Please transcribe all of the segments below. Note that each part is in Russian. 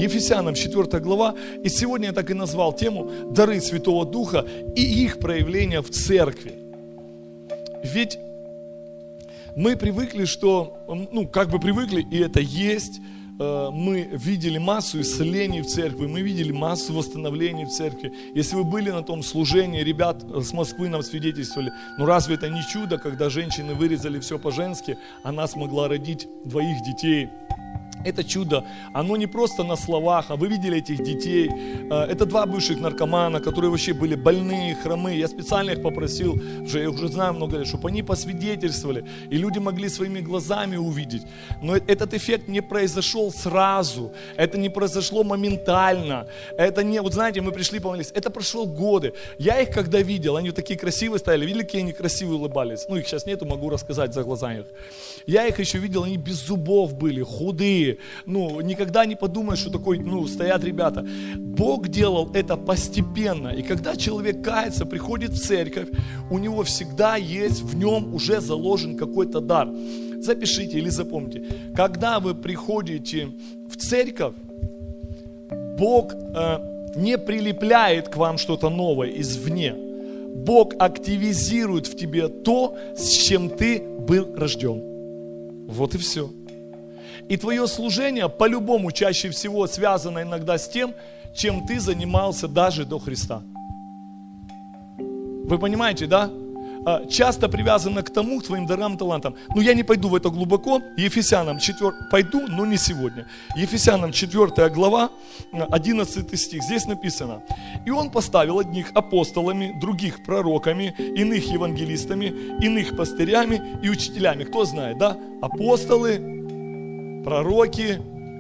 Ефесянам 4 глава. И сегодня я так и назвал тему «Дары Святого Духа и их проявления в церкви». Ведь мы привыкли, что, привыкли, и это есть. Мы видели массу исцелений в церкви, мы видели массу восстановлений в церкви. Если вы были на том служении, ребят с Москвы нам свидетельствовали, разве это не чудо, когда женщины вырезали все по-женски, она смогла родить 2 детей. Это чудо, оно не просто на словах, а вы видели этих детей. Это 2 бывших наркомана, которые вообще были больные, хромые. Я специально их попросил, я уже знаю много лет, чтобы они посвидетельствовали, и люди могли своими глазами увидеть. Но этот эффект не произошел сразу, это не произошло моментально. Это не, мы пришли помолились, это прошло годы. Я их когда видел, они такие красивые стояли, видели, какие они красивые улыбались. Их сейчас нету, могу рассказать за глазами их. Я их еще видел, они без зубов были, худые. Никогда не подумаешь, что такой, стоят ребята. Бог делал это постепенно. И когда человек кается, приходит в церковь, у него всегда есть в нем уже заложен какой-то дар. Запишите или запомните. Когда вы приходите в церковь, Бог не прилепляет к вам что-то новое извне. Бог активизирует в тебе то, с чем ты был рожден. Вот и все. И твое служение по-любому чаще всего связано иногда с тем, чем ты занимался даже до Христа. Вы понимаете, да? Часто привязано к тому, к твоим дарам, талантам. Я не пойду в это глубоко. Ефесянам 4, пойду, но не сегодня. Ефесянам 4 глава, 11 стих. Здесь написано: «И он поставил одних апостолами, других пророками, иных евангелистами, иных пастырями и учителями». Кто знает, да? Апостолы, пророки,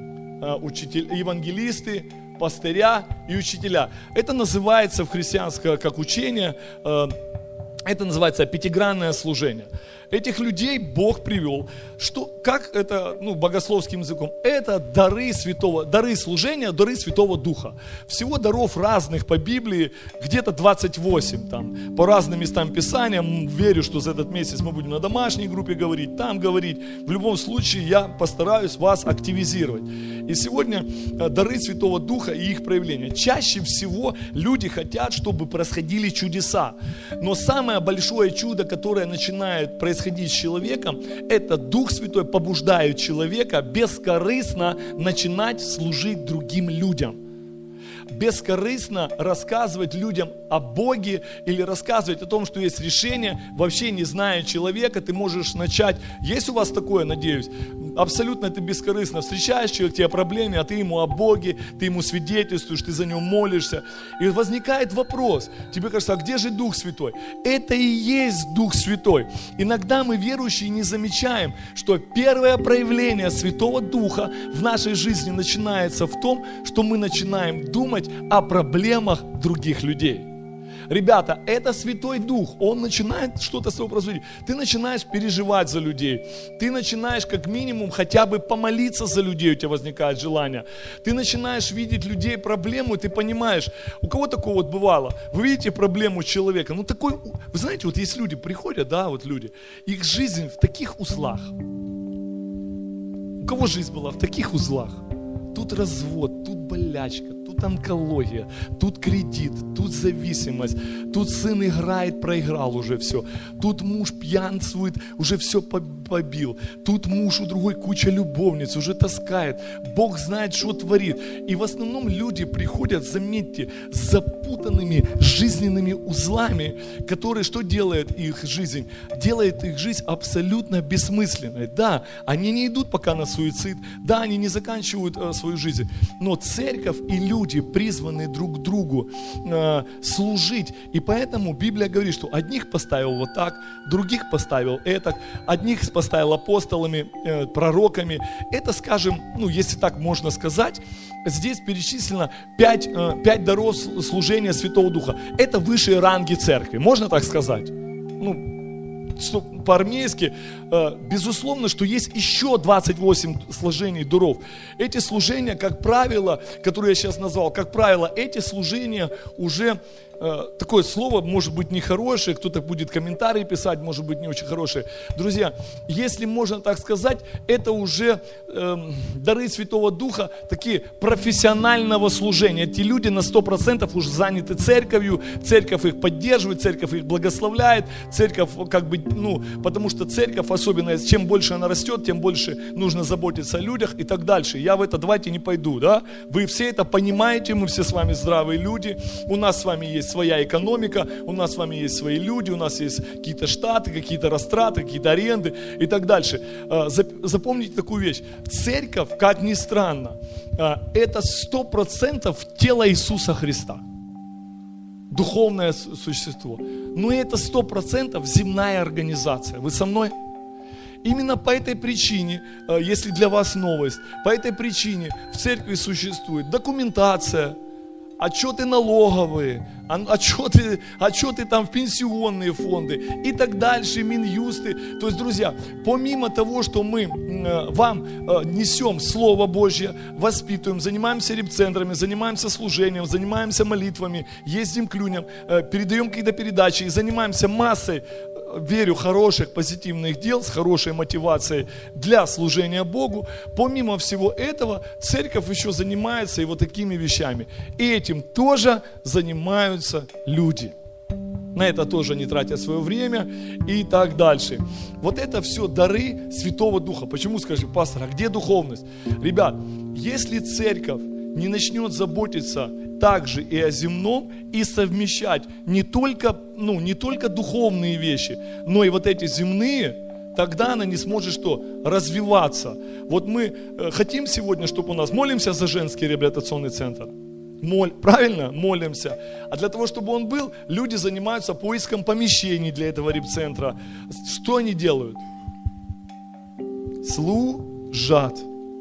евангелисты, пастыря и учителя. Это называется в христианском как учение, это называется пятигранное служение. Этих людей Бог привел, как это, богословским языком, это дары служения, дары Святого Духа. Всего даров разных по Библии где-то 28, по разным местам Писания. Верю, что за этот месяц мы будем на домашней группе говорить, там говорить. В любом случае я постараюсь вас активизировать. И сегодня дары Святого Духа и их проявления. Чаще всего люди хотят, чтобы происходили чудеса. Но самое большое чудо, которое начинает происходить с человеком, это Дух Святой побуждает человека бескорыстно начинать служить другим людям. Бескорыстно рассказывать людям о Боге или рассказывать о том, что есть решение, вообще не зная человека, ты можешь начать. Есть у вас такое, надеюсь? Абсолютно ты бескорыстно встречаешь человека, у тебя проблемы, а ты ему о Боге, ты ему свидетельствуешь, ты за него молишься. И возникает вопрос, тебе кажется, а где же Дух Святой? Это и есть Дух Святой. Иногда мы, верующие, не замечаем, что первое проявление Святого Духа в нашей жизни начинается в том, что мы начинаем думать о проблемах других людей. Ребята, это Святой Дух, Он начинает что-то с собой производить. Ты начинаешь переживать за людей, ты начинаешь как минимум хотя бы помолиться за людей, у тебя возникает желание. Ты начинаешь видеть людей проблему, и ты понимаешь, у кого такое вот бывало, вы видите проблему человека, вы знаете, есть люди, приходят, люди, их жизнь в таких узлах. У кого жизнь была в таких узлах? Тут развод, тут болячка, тут онкология, тут кредит, тут зависимость, тут сын играет, проиграл уже все, тут муж пьянствует, уже все побил, тут муж у другой куча любовниц, уже таскает, Бог знает, что творит. И в основном люди приходят, заметьте, с запутанными жизненными узлами, которые что делает их жизнь? Делает их жизнь абсолютно бессмысленной. Да, они не идут пока на суицид, да, они не заканчивают свою жизнь, но церковь и люди призваны друг другу служить. И поэтому Библия говорит, что одних поставил вот так, других поставил этак, одних поставил апостолами, пророками. Это, скажем, если так можно сказать, здесь перечислено 5 даров служения Святого Духа. Это высшие ранги церкви. Можно так сказать? по-армейски, безусловно, что есть еще 28 служений дуров. Эти служения, как правило, которые я сейчас назвал, как правило, эти служения уже... Такое слово может быть нехорошее, кто-то будет комментарии писать, может быть не очень хорошие. Друзья, если можно так сказать, это уже дары Святого Духа, такие профессионального служения. Эти люди на 100% уже заняты церковью, церковь их поддерживает, церковь их благословляет, церковь потому что церковь, особенно чем больше она растет, тем больше нужно заботиться о людях и так дальше. Я в это давайте не пойду, да? Вы все это понимаете, мы все с вами здравые люди, у нас с вами есть своя экономика, у нас с вами есть свои люди, у нас есть какие-то штаты, какие-то растраты, какие-то аренды и так дальше. Запомните такую вещь. Церковь, как ни странно, это 100% тело Иисуса Христа. Духовное существо. Но это 100% земная организация. Вы со мной? Именно по этой причине, если для вас новость, по этой причине в церкви существует документация, отчеты налоговые, отчеты там в пенсионные фонды и так дальше, Минюсты. То есть, друзья, помимо того, что мы вам несем Слово Божье, воспитываем, занимаемся репцентрами, занимаемся служением, занимаемся молитвами, ездим к людям, передаем какие-то передачи и занимаемся массой, верю, хороших, позитивных дел с хорошей мотивацией для служения Богу. Помимо всего этого, церковь еще занимается и вот такими вещами. И этим тоже занимаются люди. На это тоже не тратят свое время и так дальше. Вот это все дары Святого Духа. Почему, скажи, пастор, а где духовность? Ребят, если церковь не начнет заботиться также и о земном, и совмещать не только духовные вещи, но и вот эти земные, тогда она не сможет что? Развиваться. Вот мы хотим сегодня, чтобы у нас, молимся за женский реабилитационный центр. Правильно? Молимся. А для того, чтобы он был, люди занимаются поиском помещений для этого репцентра. Что они делают? Служат.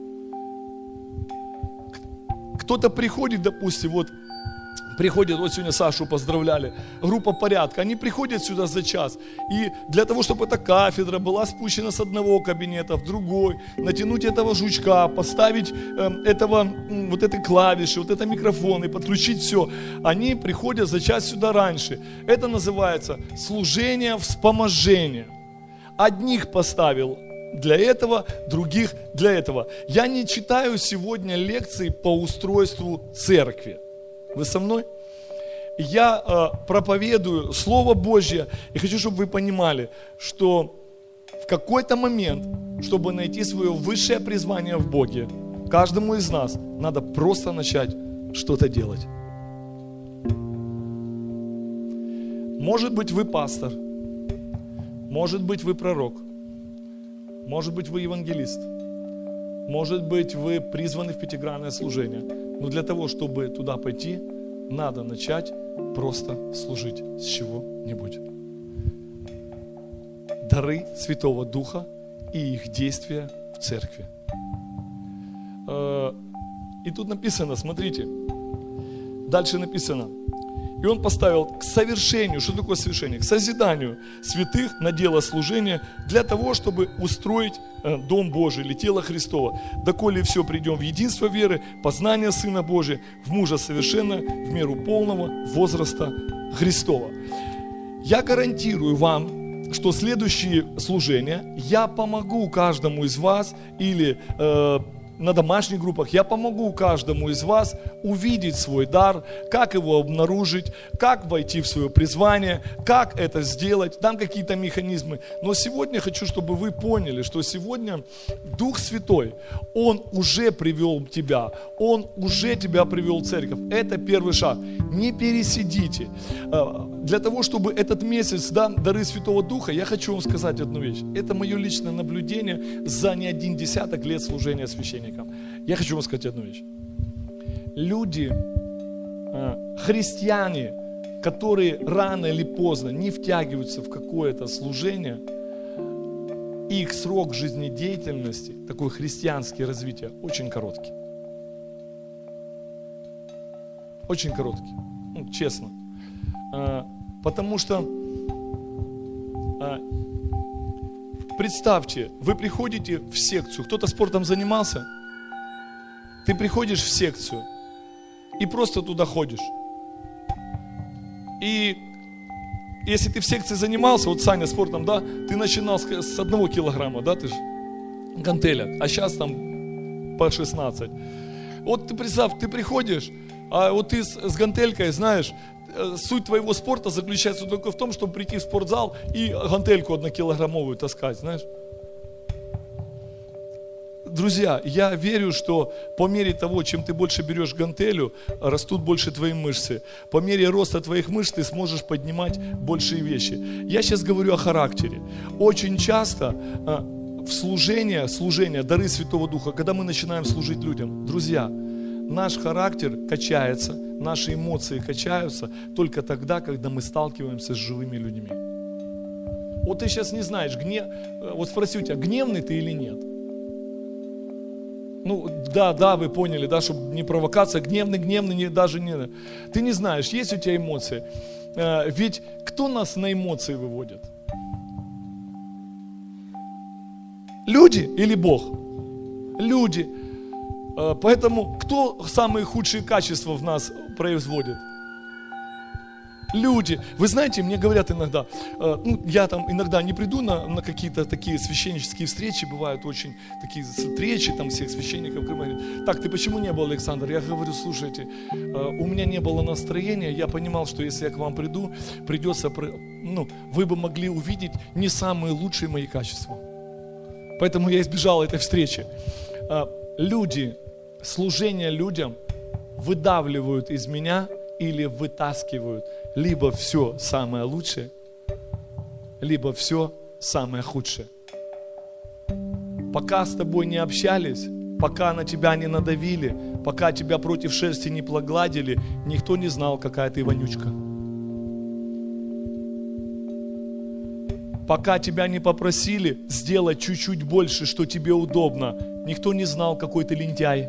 Кто-то приходит, допустим, вот сегодня Сашу поздравляли, группа порядка, они приходят сюда за час, и для того, чтобы эта кафедра была спущена с одного кабинета в другой, натянуть этого жучка, поставить вот эти клавиши, вот это микрофон и подключить все, они приходят за час сюда раньше. Это называется служение вспоможения. Одних поставил для этого, других для этого. Я не читаю сегодня лекции по устройству церкви. Вы со мной? Я проповедую Слово Божье и хочу, чтобы вы понимали, что в какой-то момент, чтобы найти свое высшее призвание в Боге, каждому из нас надо просто начать что-то делать. Может быть, вы пастор, может быть, вы пророк, может быть, вы евангелист, может быть, вы призваны в пятигранное служение. Но для того, чтобы туда пойти, надо начать просто служить с чего-нибудь. Дары Святого Духа и их действия в церкви. И тут написано, смотрите, дальше написано. И он поставил к совершению, что такое совершение? К созиданию святых на дело служения для того, чтобы устроить Дом Божий или тело Христово. Доколе все придем в единство веры, познание Сына Божия, в мужа совершенно, в меру полного возраста Христова. Я гарантирую вам, что следующие служения я помогу каждому из вас или на домашних группах, я помогу каждому из вас увидеть свой дар, как его обнаружить, как войти в свое призвание, как это сделать, дам какие-то механизмы. Но сегодня я хочу, чтобы вы поняли, что сегодня Дух Святой, Он уже привел тебя, Он уже тебя привел в церковь. Это первый шаг. Не пересидите. Для того, чтобы этот месяц, дары Святого Духа, я хочу вам сказать одну вещь. Это мое личное наблюдение за не один десяток лет служения священником. Я хочу вам сказать одну вещь. Люди, христиане, которые рано или поздно не втягиваются в какое-то служение, их срок жизнедеятельности, такое христианское развитие, очень короткий. Очень короткий, честно. Потому что представьте, вы приходите в секцию, кто-то спортом занимался? Ты приходишь в секцию и просто туда ходишь. И если ты в секции занимался, вот Саня спортом, да, ты начинал с 1 килограмма, да, ты же, гантеля, а сейчас там по 16. Вот ты представь, ты приходишь, а вот ты с гантелькой, знаешь, суть твоего спорта заключается только в том, чтобы прийти в спортзал и гантельку 1-килограммовую таскать, знаешь. Друзья, я верю, что по мере того, чем ты больше берешь гантелю, растут больше твои мышцы. По мере роста твоих мышц ты сможешь поднимать большие вещи. Я сейчас говорю о характере. Очень часто в служение, дары Святого Духа, когда мы начинаем служить людям, друзья, наш характер качается, наши эмоции качаются только тогда, когда мы сталкиваемся с живыми людьми. Вот ты сейчас не знаешь, вот спроси у тебя, гневный ты или нет? Ну, да, вы поняли, да, чтобы не провокация, гневный, даже не. Ты не знаешь, есть у тебя эмоции. Ведь кто нас на эмоции выводит? Люди или Бог? Люди. Поэтому кто самые худшие качества в нас производит? Люди. Вы знаете, мне говорят иногда, я там иногда не приду на какие-то такие священнические встречи, бывают очень такие встречи там всех священников. Говорят, так, ты почему не был, Александр? Я говорю, слушайте, у меня не было настроения, я понимал, что если я к вам приду, вы бы могли увидеть не самые лучшие мои качества. Поэтому я избежал этой встречи. Люди, служение людям выдавливают из меня или вытаскивают либо все самое лучшее, либо все самое худшее. Пока с тобой не общались, пока на тебя не надавили, пока тебя против шерсти не погладили, никто не знал, какая ты вонючка. Пока тебя не попросили сделать чуть-чуть больше, что тебе удобно, никто не знал, какой ты лентяй.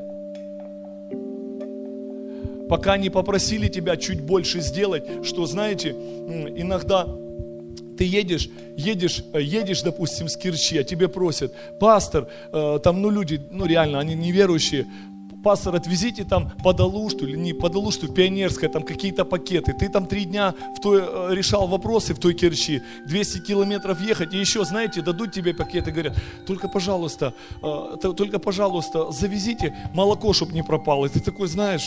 Пока не попросили тебя чуть больше сделать, что, знаете, иногда ты едешь, допустим, с Керчи, а тебе просят, пастор, там, люди, реально, они неверующие, пастор, отвезите там под Алушту, или не под Алушту, в Пионерское, там какие-то пакеты. Ты там 3 дня решал вопросы в той Керчи, 200 километров ехать, и еще, знаете, дадут тебе пакеты, говорят, только, пожалуйста, завезите молоко, чтобы не пропало. И ты такой, знаешь,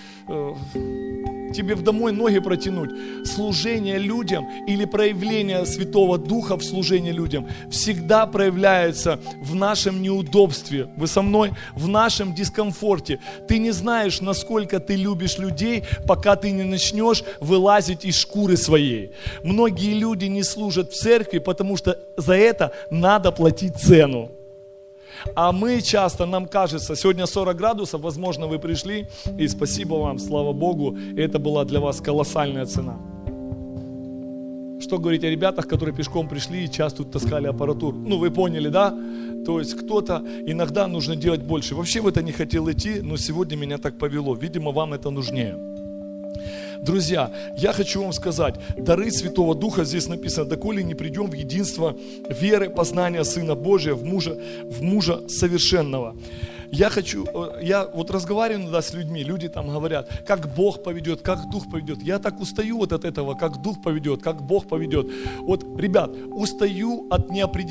тебе домой ноги протянуть. Служение людям или проявление Святого Духа в служении людям всегда проявляется в нашем неудобстве. Вы со мной? В нашем дискомфорте. Ты не знаешь, насколько ты любишь людей, пока ты не начнешь вылазить из шкуры своей. Многие люди не служат в церкви, потому что за это надо платить цену. А мы часто, нам кажется, сегодня 40 градусов, возможно, вы пришли, и спасибо вам, слава Богу, это была для вас колоссальная цена. Что говорить о ребятах, которые пешком пришли и часто тут таскали аппаратуру? Вы поняли, да? То есть кто-то, иногда нужно делать больше. Вообще в это не хотел идти, но сегодня меня так повело. Видимо, вам это нужнее. Друзья, я хочу вам сказать, дары Святого Духа, здесь написано, доколе не придем в единство веры, познания Сына Божия, в мужа совершенного. Я вот разговариваю иногда с людьми, люди там говорят, как Бог поведет, как Дух поведет. Я так устаю от этого, как Дух поведет, как Бог поведет. Вот, ребят, устаю от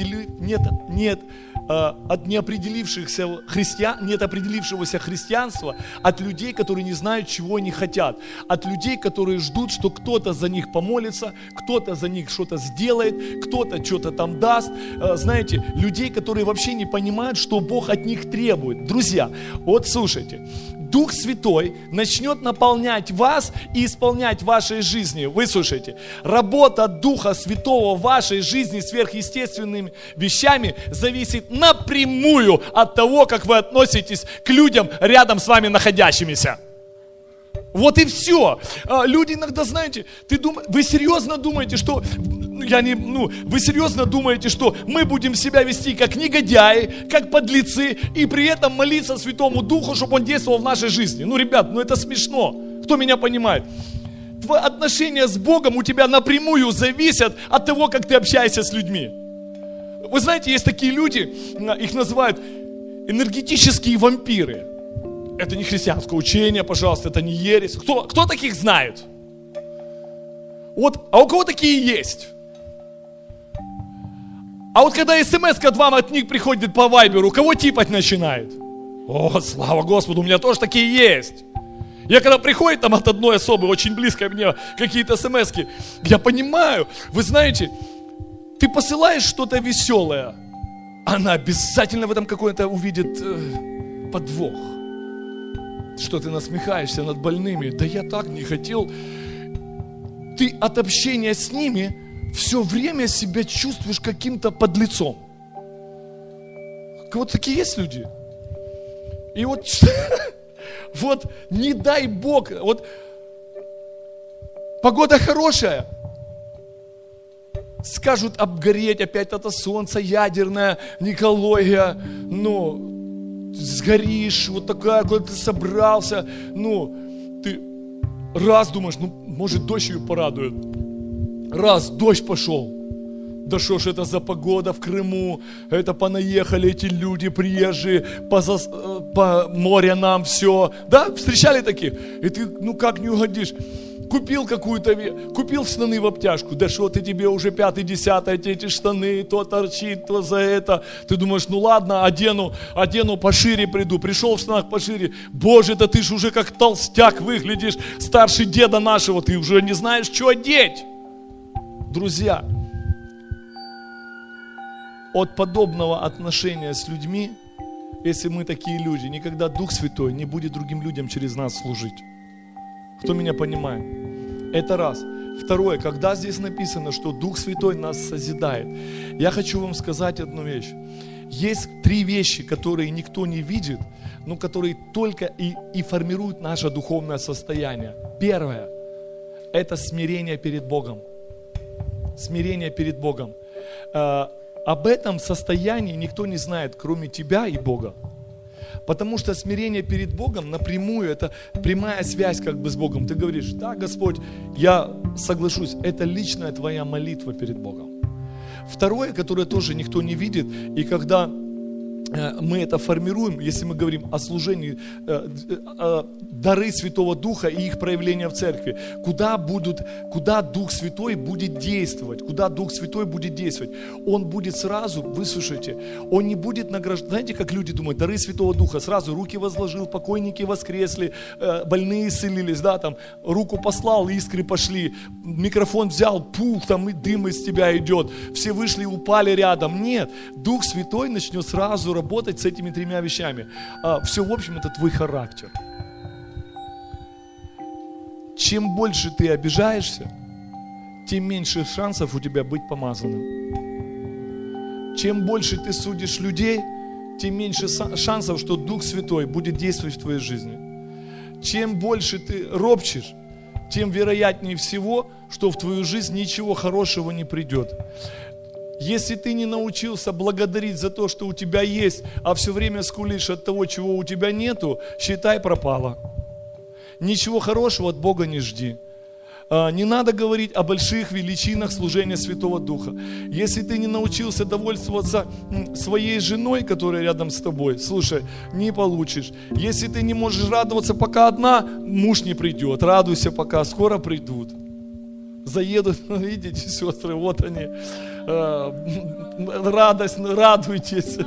неопределившихся христиан, нет определившегося христианства, от людей, которые не знают, чего они хотят, от людей, которые ждут, что кто-то за них помолится, кто-то за них что-то сделает, кто-то что-то там даст, знаете, людей, которые вообще не понимают, что Бог от них требует. Друзья, вот слушайте, Дух Святой начнет наполнять вас и исполнять в вашей жизни. Вы слушайте, работа Духа Святого в вашей жизни сверхъестественными вещами зависит напрямую от того, как вы относитесь к людям рядом с вами находящимися. Вот и все. Люди иногда, знаете, вы серьезно думаете, что вы серьезно думаете, что мы будем себя вести как негодяи, как подлецы, и при этом молиться Святому Духу, чтобы Он действовал в нашей жизни? Ребят, это смешно. Кто меня понимает? Твои отношения с Богом у тебя напрямую зависят от того, как ты общаешься с людьми. Вы знаете, есть такие люди, их называют энергетические вампиры. Это не христианское учение, пожалуйста, это не ересь. Кто таких знает? Вот, а у кого такие есть? А вот когда смс-ка вам от них приходит по вайберу, кого типать начинает? О, слава Господу, у меня тоже такие есть. Я когда приходит там от одной особы, очень близко мне, какие-то смс-ки, я понимаю, вы знаете, ты посылаешь что-то веселое, она обязательно в этом какой-то увидит подвох. Что ты насмехаешься над больными? Да я так не хотел. Ты от общения с ними все время себя чувствуешь каким-то подлецом. Вот такие есть люди. И вот, вот не дай Бог, вот погода хорошая, скажут обгореть опять это солнце, ядерная экология, ну, сгоришь, вот такая, куда ты собрался, ну, ты раз думаешь, ну, может дождь ее порадует, раз дождь пошел, да что ж это за погода в Крыму, это понаехали эти люди приезжие, по морю нам все, да, встречали таких, и ты, ну как не угодишь, купил купил штаны в обтяжку, да что ты тебе уже 5-10 эти штаны, то торчит, то за это, ты думаешь, ну ладно, одену пошире приду, пришел в штанах пошире, Боже, да ты ж уже как толстяк выглядишь, старше деда нашего, ты уже не знаешь, что одеть. Друзья, от подобного отношения с людьми, если мы такие люди, никогда Дух Святой не будет другим людям через нас служить. Кто меня понимает? Это раз. Второе, когда здесь написано, что Дух Святой нас созидает, я хочу вам сказать одну вещь. Есть 3 вещи, которые никто не видит, но которые только и формируют наше духовное состояние. Первое – это смирение перед Богом. Смирение перед Богом. Об этом состоянии никто не знает, кроме тебя и Бога. Потому что смирение перед Богом напрямую, это прямая связь как бы с Богом. Ты говоришь, да, Господь, я соглашусь, это личная твоя молитва перед Богом. Второе, которое тоже никто не видит, и когда мы это формируем, если мы говорим о служении, дары Святого Духа и их проявления в церкви, куда Дух Святой будет действовать, Он будет сразу, выслушайте, Он не будет награждать, знаете, как люди думают, дары Святого Духа, сразу руки возложил, покойники воскресли, больные исцелились, да, там, руку послал, искры пошли, микрофон взял, пух, там и дым из тебя идет, все вышли и упали рядом. Нет, Дух Святой начнет сразу работать с этими 3 вещами. Все, в общем, это твой характер. Чем больше ты обижаешься, тем меньше шансов у тебя быть помазанным. Чем больше ты судишь людей, тем меньше шансов, что Дух Святой будет действовать в твоей жизни. Чем больше ты ропчешь, тем вероятнее всего, что в твою жизнь ничего хорошего не придет. Если ты не научился благодарить за то, что у тебя есть, а все время скулишь от того, чего у тебя нету, считай, пропало. Ничего хорошего от Бога не жди. Не надо говорить о больших величинах служения Святого Духа. Если ты не научился довольствоваться своей женой, которая рядом с тобой, слушай, не получишь. Если ты не можешь радоваться, пока одна, муж не придет. Радуйся пока, скоро придут. Заедут, видите, сестры, вот они, радость, радуйтесь.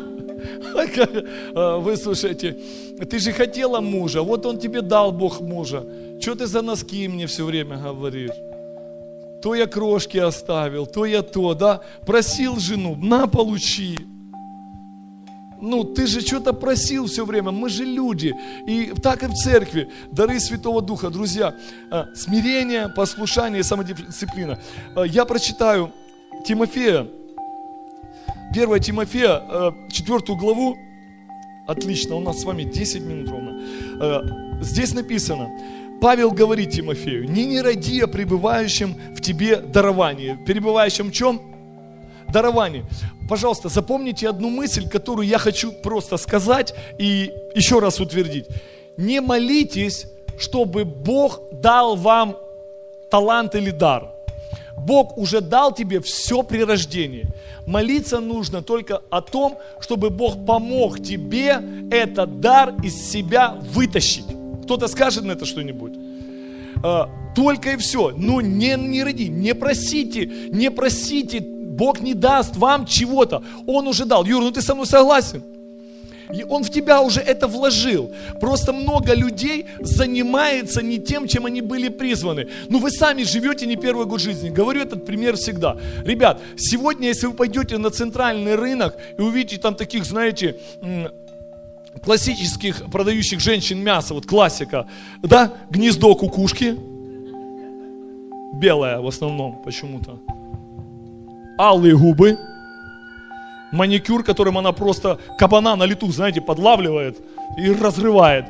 Вы слушайте, ты же хотела мужа, вот он тебе дал Бог мужа. Что ты за носки мне все время говоришь? То я крошки оставил, то я то, да? Просил жену, на, получи. Ну, ты же что-то просил все время, мы же люди. И так и в церкви, дары Святого Духа, друзья, смирение, послушание, самодисциплина. Я прочитаю Тимофея, 1 Тимофея, 4 главу. Отлично, у нас с вами 10 минут ровно. Здесь написано, Павел говорит Тимофею, не ради о пребывающем в тебе даровании. Перебывающем в чем? Даровании. Пожалуйста, запомните одну мысль, которую я хочу просто сказать и еще раз утвердить. Не молитесь, чтобы Бог дал вам талант или дар. Бог уже дал тебе все при рождении. Молиться нужно только о том, чтобы Бог помог тебе этот дар из себя вытащить. Кто-то скажет на это что-нибудь? Только и все. Но не ради, не просите. Бог не даст вам чего-то. Он уже дал. Юра, ну ты со мной согласен? Он в тебя уже это вложил. Просто много людей занимается не тем, чем они были призваны. Ну вы сами живете не первый год жизни. Говорю этот пример всегда. Ребят, сегодня, если вы пойдете на центральный рынок и увидите там таких, знаете, классических продающих женщин мясо, вот классика, да, гнездо кукушки, белое в основном почему-то, алые губы, маникюр, которым она просто кабана на лету, знаете, подлавливает и разрывает.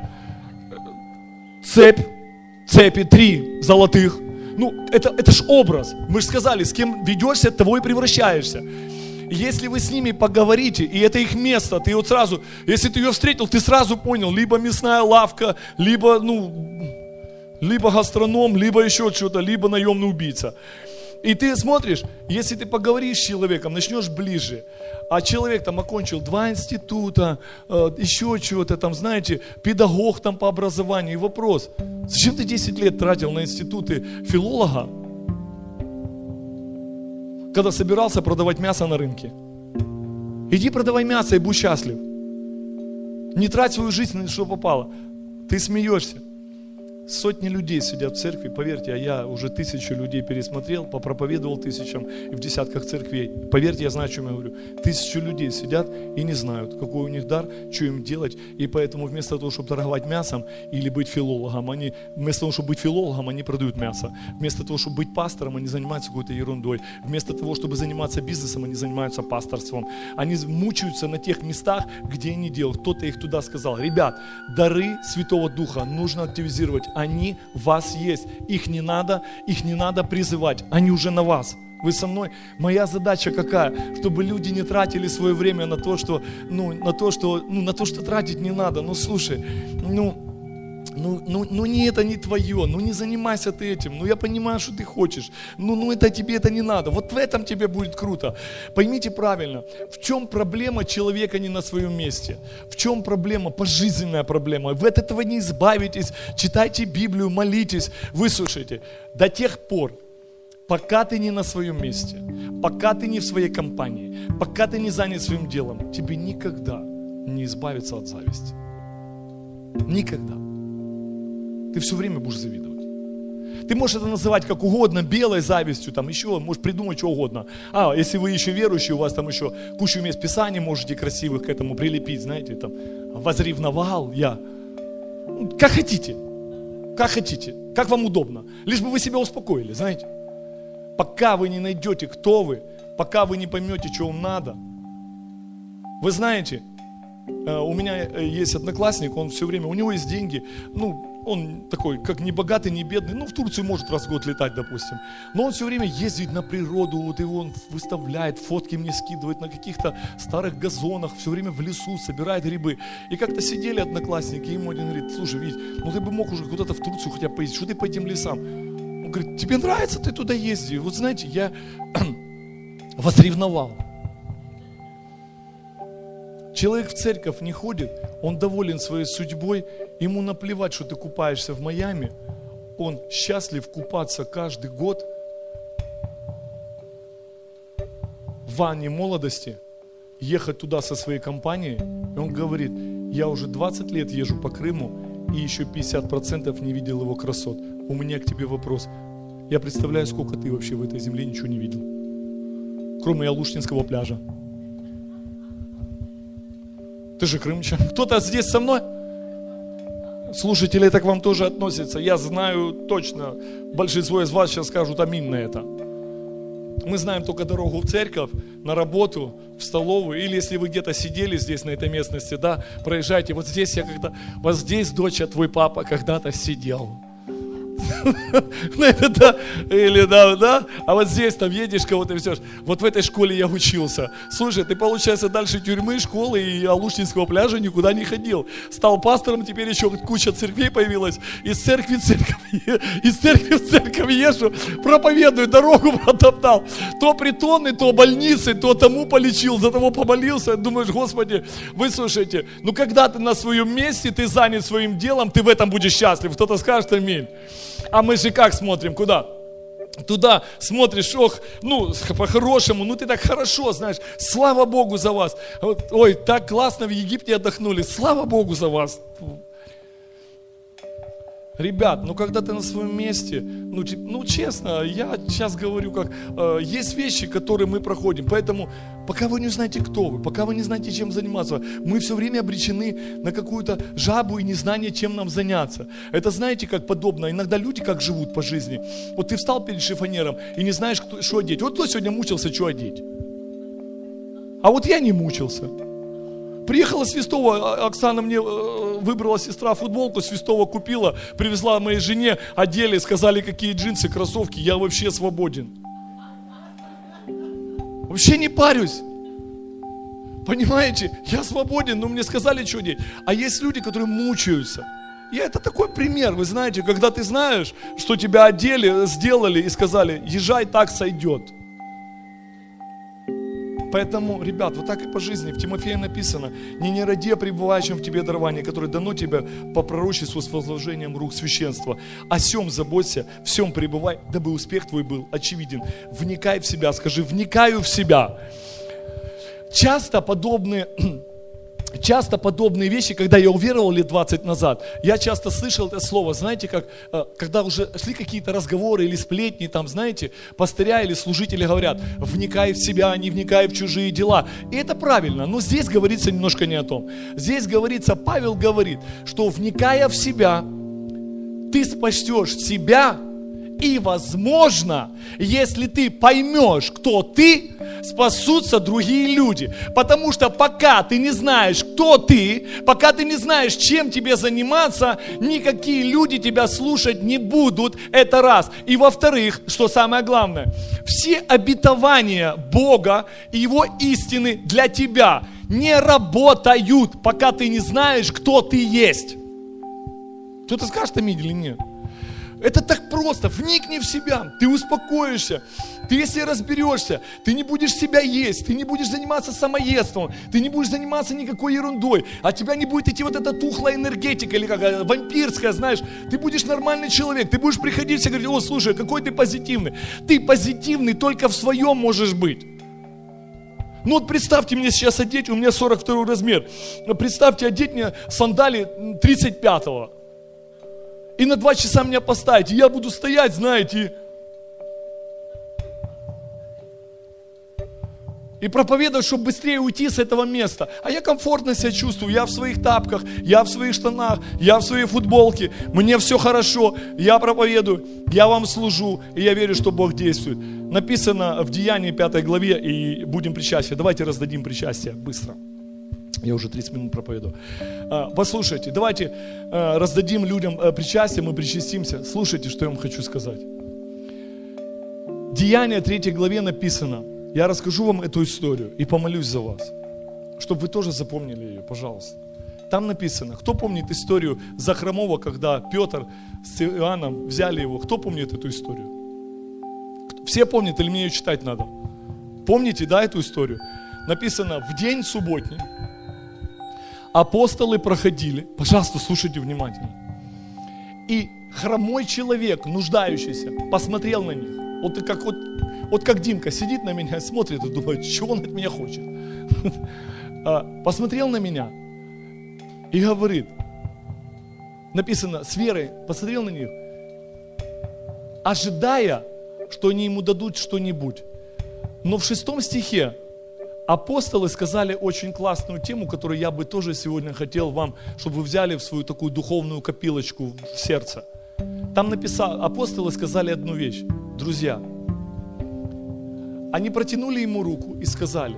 Цепи 3 золотых. Ну, это ж образ. Мы же сказали, с кем ведешься, того и превращаешься. Если вы с ними поговорите, и это их место, ты вот сразу, если ты ее встретил, ты сразу понял, либо мясная лавка, либо гастроном, либо еще что-то, либо наемный убийца. И ты смотришь, если ты поговоришь с человеком, начнешь ближе, а человек там окончил 2 института, еще чего-то там, знаете, педагог там по образованию, и вопрос, зачем ты 10 лет тратил на институты филолога, когда собирался продавать мясо на рынке? Иди продавай мясо и будь счастлив. Не трать свою жизнь на что попало. Ты смеешься. Сотни людей сидят в церкви, поверьте, а я уже 1000 людей пересмотрел, попроповедовал 1000 и в десятках церквей. Поверьте, я знаю, о чем я говорю. 1000 людей сидят и не знают, какой у них дар, что им делать. И поэтому вместо того, чтобы торговать мясом или быть филологом, вместо того, чтобы быть филологом, они продают мясо. Вместо того, чтобы быть пастором, они занимаются какой-то ерундой. Вместо того, чтобы заниматься бизнесом, они занимаются пасторством. Они мучаются на тех местах, где они делают. Кто-то их туда сказал. Ребят, дары Святого Духа нужно активизировать. Они в вас есть. Их не надо призывать. Они уже на вас. Вы со мной? Моя задача какая? Чтобы люди не тратили свое время на то, что тратить не надо. Ну слушай, это не твое, не занимайся ты этим, я понимаю, что ты хочешь, тебе это не надо, вот в этом тебе будет круто. Поймите правильно, в чем проблема человека не на своем месте, в чем проблема, пожизненная проблема, вы от этого не избавитесь, читайте Библию, молитесь, выслушайте, до тех пор, пока ты не на своем месте, пока ты не в своей компании, пока ты не занят своим делом, тебе никогда не избавиться от зависти, никогда. Ты все время будешь завидовать. Ты можешь это называть как угодно, белой завистью, там еще, можешь придумать что угодно. Если вы еще верующие, у вас там еще кучу мест Писаний можете красивых к этому прилепить, знаете, там, возревновал я. Как хотите, как вам удобно. Лишь бы вы себя успокоили, знаете. Пока вы не найдете, кто вы, пока вы не поймете, что вам надо. Вы знаете, у меня есть одноклассник, он все время, у него есть деньги, он такой, как не богатый, не бедный, в Турцию может раз в год летать, допустим, но он все время ездит на природу, вот его он выставляет, фотки мне скидывает на каких-то старых газонах, все время в лесу собирает грибы. И как-то сидели одноклассники, и ему один говорит: слушай, Вить, ты бы мог уже куда-то в Турцию хотя бы поездить, что ты по этим лесам? Он говорит: тебе нравится, ты туда езди. Вот знаете, я возревновал. Человек в церковь не ходит, он доволен своей судьбой, ему наплевать, что ты купаешься в Майами, он счастлив купаться каждый год в ванне молодости, ехать туда со своей компанией, и он говорит: я уже 20 лет езжу по Крыму и еще 50% не видел его красот. У меня к тебе вопрос, я представляю, сколько ты вообще в этой земле ничего не видел, кроме Алушнинского пляжа. Ты же крымчан. Кто-то здесь со мной? Слушатели, это к вам тоже относится. Я знаю точно, большинство из вас сейчас скажут аминь на это. Мы знаем только дорогу в церковь, на работу, в столовую. Или если вы где-то сидели здесь, на этой местности, да, проезжайте. Вот здесь вот здесь, доча, твой папа когда-то сидел. Или да, а вот здесь там едешь, кого-то везешь. Вот в этой школе я учился. Слушай, ты, получается, дальше тюрьмы, школы и Алушинского пляжа никуда не ходил. Стал пастором, теперь еще куча церквей появилась. Из церкви в церковь езжу, проповедую, дорогу протоптал. То притоны, то больницы, то тому полечил, за того помолился. Думаешь, Господи, выслушайте, ну когда ты на своем месте, ты занят своим делом, ты в этом будешь счастлив. Кто-то скажет аминь. А мы же как смотрим? Куда? Туда смотришь, по-хорошему, ты так хорошо, знаешь, слава Богу за вас. Ой, так классно в Египте отдохнули, слава Богу за вас. Ребят, когда ты на своем месте, честно, я сейчас говорю, есть вещи, которые мы проходим, поэтому пока вы не знаете, кто вы, пока вы не знаете, чем заниматься, мы все время обречены на какую-то жабу и незнание, чем нам заняться. Это знаете, как подобно, иногда люди как живут по жизни. Вот ты встал перед шифонером и не знаешь, что одеть. Вот кто сегодня мучился, что одеть? А вот я не мучился. Приехала Свистова, Оксана мне выбрала, сестра, футболку, Свистова купила, привезла моей жене, одели, сказали, какие джинсы, кроссовки, я вообще свободен. Вообще не парюсь. Понимаете, я свободен, но мне сказали, что делать. А есть люди, которые мучаются. И это такой пример, вы знаете, когда ты знаешь, что тебя одели, сделали и сказали, езжай, так сойдет. Поэтому, ребят, вот так и по жизни. В Тимофея написано, не ради пребывающим в тебе дарование, которое дано тебе по пророчеству с возложением рук священства. О сем заботься, всем пребывай, дабы успех твой был очевиден. Вникай в себя, скажи, вникаю в себя. Часто подобные вещи, когда я уверовал лет 20 назад, я часто слышал это слово, знаете, когда уже шли какие-то разговоры или сплетни, пастыря или служители говорят, вникай в себя, не вникай в чужие дела. И это правильно, но здесь говорится немножко не о том. Здесь говорится, Павел говорит, что вникая в себя, ты спасешь себя, и, возможно, если ты поймешь, кто ты, спасутся другие люди. Потому что пока ты не знаешь, кто ты, пока ты не знаешь, чем тебе заниматься, никакие люди тебя слушать не будут. Это раз. И во-вторых, что самое главное, все обетования Бога и Его истины для тебя не работают, пока ты не знаешь, кто ты есть. Кто-то скажет аминь или нет? Это так просто, вникни в себя, ты успокоишься, ты если разберешься, ты не будешь себя есть, ты не будешь заниматься самоедством, ты не будешь заниматься никакой ерундой, от тебя не будет идти вот эта тухлая энергетика или какая-то вампирская, знаешь, ты будешь нормальный человек, ты будешь приходить и говорить, о, слушай, какой ты позитивный только в своем можешь быть. Ну вот представьте мне сейчас одеть, у меня 42 размер, представьте одеть мне сандали 35-го. И на 2 часа меня поставить, и я буду стоять, знаете, и проповедовать, чтобы быстрее уйти с этого места. А я комфортно себя чувствую, я в своих тапках, я в своих штанах, я в своей футболке, мне все хорошо, я проповедую, я вам служу, и я верю, что Бог действует. Написано в Деянии 5 главе, и будем причастие. Давайте раздадим причастие быстро. Я уже 30 минут проповедую. Послушайте, давайте раздадим людям причастие, мы причастимся. Слушайте, что я вам хочу сказать. Деяния 3 главе написано, я расскажу вам эту историю и помолюсь за вас, чтобы вы тоже запомнили ее, пожалуйста. Там написано, кто помнит историю Захромова, когда Петр с Иоанном взяли его, кто помнит эту историю? Все помнят или мне ее читать надо? Помните, да, эту историю? Написано, в день субботний апостолы проходили, пожалуйста, слушайте внимательно. И хромой человек, нуждающийся, посмотрел на них. Вот как Димка сидит на меня, смотрит и думает, чего он от меня хочет. Посмотрел на меня и говорит, написано, с верой, посмотрел на них, ожидая, что они ему дадут что-нибудь. Но в 6 стихе апостолы сказали очень классную тему, которую я бы тоже сегодня хотел вам, чтобы вы взяли в свою такую духовную копилочку в сердце. Там написано, апостолы сказали одну вещь. Друзья, они протянули ему руку и сказали,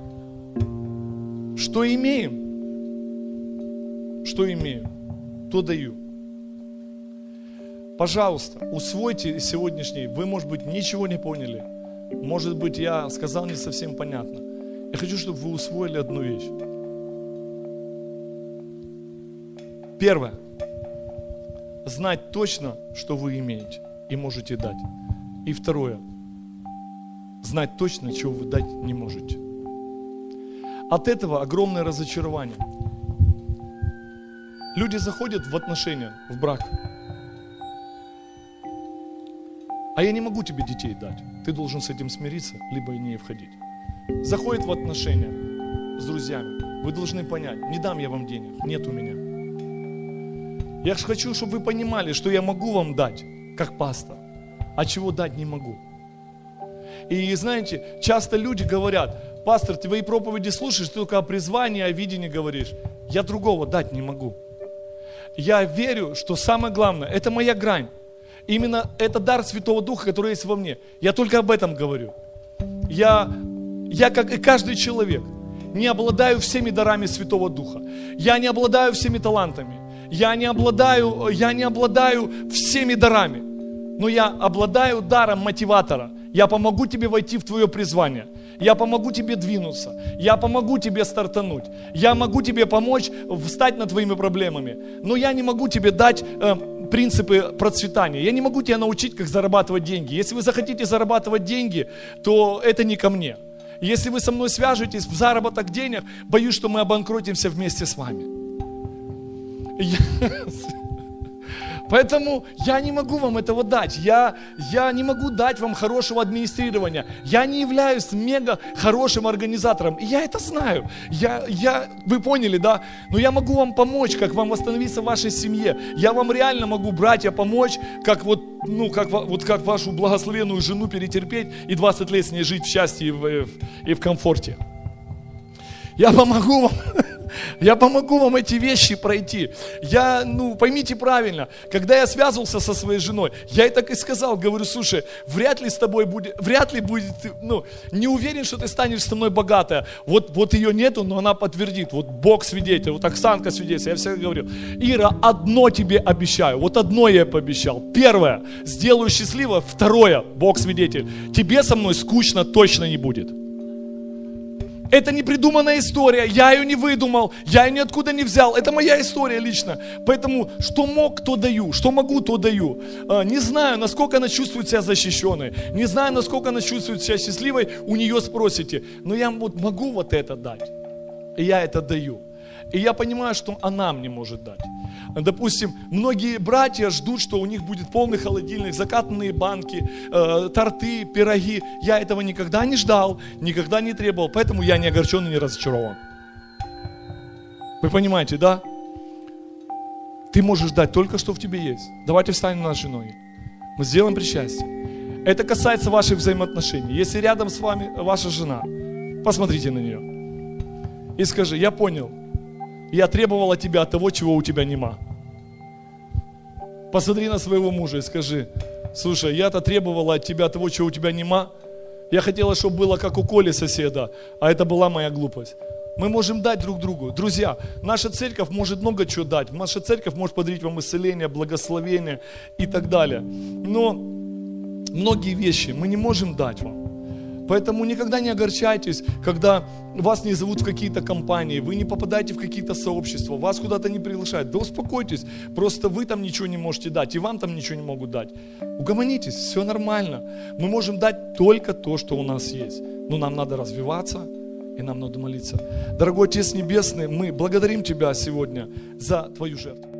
что имеем, то даю. Пожалуйста, усвойте сегодняшний. Вы, может быть, ничего не поняли. Может быть, я сказал не совсем понятно. Я хочу, чтобы вы усвоили одну вещь. Первое. Знать точно, что вы имеете и можете дать. И второе. Знать точно, чего вы дать не можете. От этого огромное разочарование. Люди заходят в отношения, в брак. А я не могу тебе детей дать. Ты должен с этим смириться, либо и не входить. Заходят в отношения с друзьями. Вы должны понять, не дам я вам денег, нет у меня. Я хочу, чтобы вы понимали, что я могу вам дать, как пастор, а чего дать не могу. И знаете, часто люди говорят: пастор, ты твои проповеди слушаешь, ты только о призвании, о видении говоришь. Я другого дать не могу. Я верю, что самое главное, это моя грань. Именно это дар Святого Духа, который есть во мне. Я только об этом говорю. Я, как и каждый человек, не обладаю всеми дарами Святого Духа. Я не обладаю всеми талантами. Я не обладаю всеми дарами. Но я обладаю даром мотиватора. Я помогу тебе войти в твое призвание. Я помогу тебе двинуться. Я помогу тебе стартануть. Я могу тебе помочь встать над твоими проблемами. Но я не могу тебе дать принципы процветания. Я не могу тебя научить, как зарабатывать деньги. Если вы захотите зарабатывать деньги, то это не ко мне. Если вы со мной свяжетесь в заработок денег, боюсь, что мы обанкротимся вместе с вами. Поэтому я не могу вам этого дать. Я не могу дать вам хорошего администрирования. Я не являюсь мега хорошим организатором. И я это знаю. Вы поняли, да? Но я могу вам помочь, как вам восстановиться в вашей семье. Я вам реально могу, братья, помочь, как как вашу благословенную жену перетерпеть и 20 лет с ней жить в счастье и в комфорте. Я помогу вам эти вещи пройти. Поймите правильно, когда я связывался со своей женой, я ей так и сказал, говорю: слушай, вряд ли будет, не уверен, что ты станешь со мной богатая. Вот ее нету, но она подтвердит. Вот Бог свидетель, вот Оксанка свидетель. Я всегда говорил: Ира, одно тебе обещаю, вот одно я пообещал. Первое, сделаю счастливо. Второе, Бог свидетель, тебе со мной скучно точно не будет. Это не придуманная история, я ее не выдумал, я ее ниоткуда не взял, это моя история лично. Поэтому что мог, то даю, что могу, то даю. Не знаю, насколько она чувствует себя защищенной, не знаю, насколько она чувствует себя счастливой, у нее спросите. Но я могу вот это дать, и я это даю. И я понимаю, что она мне может дать. Допустим, многие братья ждут, что у них будет полный холодильник, закатанные банки, торты, пироги. Я этого никогда не ждал, никогда не требовал, поэтому я не огорчен и не разочарован. Вы понимаете, да? Ты можешь дать только, что в тебе есть. Давайте встанем на наши ноги. Мы сделаем причастие. Это касается ваших взаимоотношений. Если рядом с вами ваша жена, посмотрите на нее и скажи: я понял. Я требовал от тебя того, чего у тебя нема. Посмотри на своего мужа и скажи: слушай, я-то требовала от тебя того, чего у тебя нема. Я хотела, чтобы было как у Коли соседа, а это была моя глупость. Мы можем дать друг другу. Друзья, наша церковь может много чего дать. Наша церковь может подарить вам исцеление, благословение и так далее. Но многие вещи мы не можем дать вам. Поэтому никогда не огорчайтесь, когда вас не зовут в какие-то компании, вы не попадаете в какие-то сообщества, вас куда-то не приглашают. Да успокойтесь, просто вы там ничего не можете дать, и вам там ничего не могут дать. Угомонитесь, все нормально. Мы можем дать только то, что у нас есть. Но нам надо развиваться, и нам надо молиться. Дорогой Отец Небесный, мы благодарим Тебя сегодня за Твою жертву.